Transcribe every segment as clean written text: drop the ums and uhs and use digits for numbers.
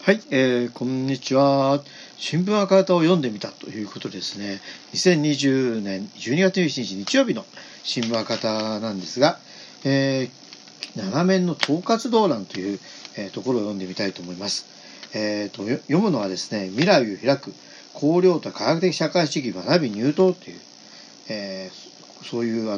はい、こんにちは。新聞赤旗を読んでみたということですね。2020年12月27日日曜日の新聞赤旗なんですが、7面の統括動覧という、ところを読んでみたいと思います。読むのはですね、未来を開く綱領と科学的社会主義学び入党という、そういう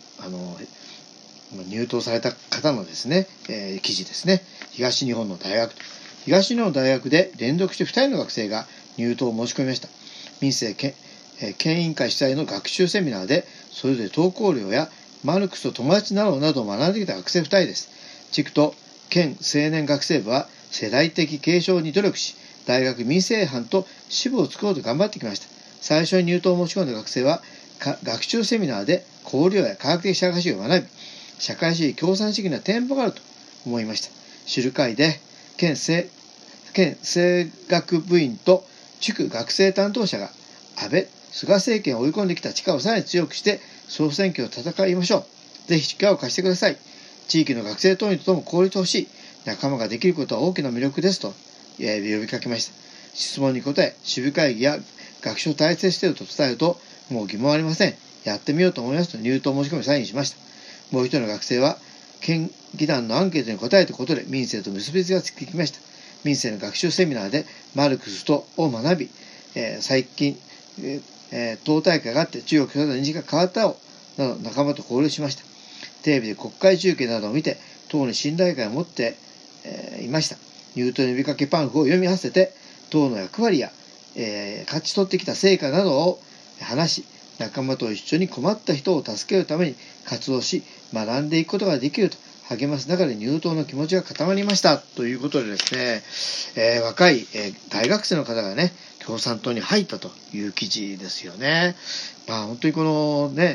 入党された方のですね、記事ですね。東日本の大学で連続して2人の学生が入党を申し込みました。民政県委員会主催の学習セミナーで、それぞれ投稿料やマルクスと友達などを学んできた学生2人です。地区と県青年学生部は世代的継承に努力し、大学民政班と支部を作ろうと頑張ってきました。最初に入党を申し込んだ学生は、学習セミナーで綱領や科学的社会主義を学び、社会主義共産主義にはtiến歩があると思いました。知る会で県政学部員と地区学生担当者が安倍・菅政権を追い込んできた力をさらに強くして総選挙を戦いましょう。ぜひ力を貸してください。地域の学生党員とも交流してほしい。仲間ができることは大きな魅力ですと、呼びかけました。質問に答え、支部会議や学習を大切にしていると伝えると、もう疑問はありません。やってみようと思いますと入党申し込みサインしました。もう一人の学生は県議団のアンケートに答えたことで民政と結びつきがつきました。民政の学習セミナーでマルクスを学び、最近、党大会があって中国共産党の認識が変わったなど仲間と交流しました。テレビで国会中継などを見て党に信頼感を持って、いました。入党呼びかけパンフを読み合わせて党の役割や、勝ち取ってきた成果などを話し、仲間と一緒に困った人を助けるために活動し、学んでいくことができると励ます中で入党の気持ちが固まりましたということでですね、若い、大学生の方がね、共産党に入ったという記事ですよね。本当にこのね、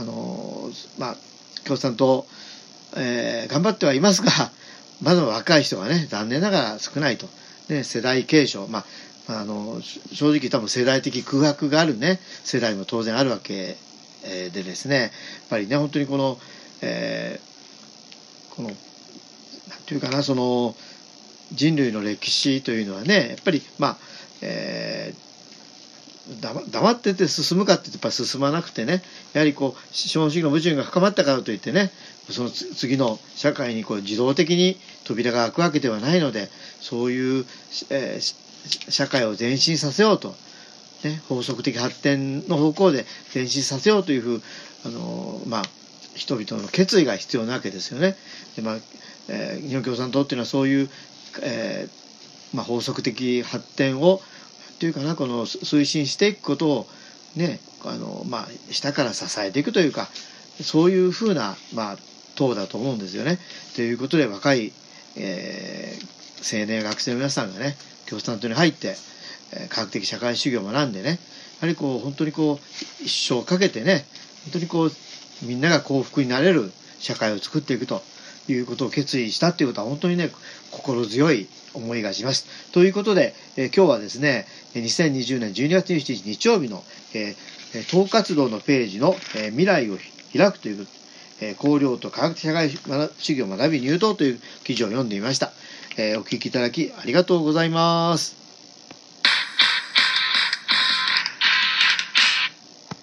共産党、頑張ってはいますが、まだ若い人がね、残念ながら少ないと。ね、世代継承、正直多分世代的空白があるね、世代も当然あるわけでですね、やっぱりね、本当にこの、なんていうかな、その人類の歴史というのはね、やっぱり黙ってて進むかってやっぱり進まなくてね、やはりこう資本主義の矛盾が深まったからといってね、その次の社会にこう自動的に扉が開くわけではないので、そういう、社会を前進させようと、ね、法則的発展の方向で前進させようというふう人々の決意が必要なわけですよね。で日本共産党っていうのはそういう、法則的発展をというかな、この推進していくことをね、下から支えていくというか、そういうふうな党だと思うんですよね。ということで若い、青年学生の皆さんがね、共産党に入って、科学的社会主義を学んでね、やはりこう本当にこう一生かけてね、本当にこうみんなが幸福になれる社会を作っていくということを決意したということは本当にね、心強い思いがします。ということで、今日はですね、2020年12月27日日曜日の、党活動のページの、未来を開くという、綱領と科学的社会主義を学び入党という記事を読んでみました。お聞きいただきありがとうございます。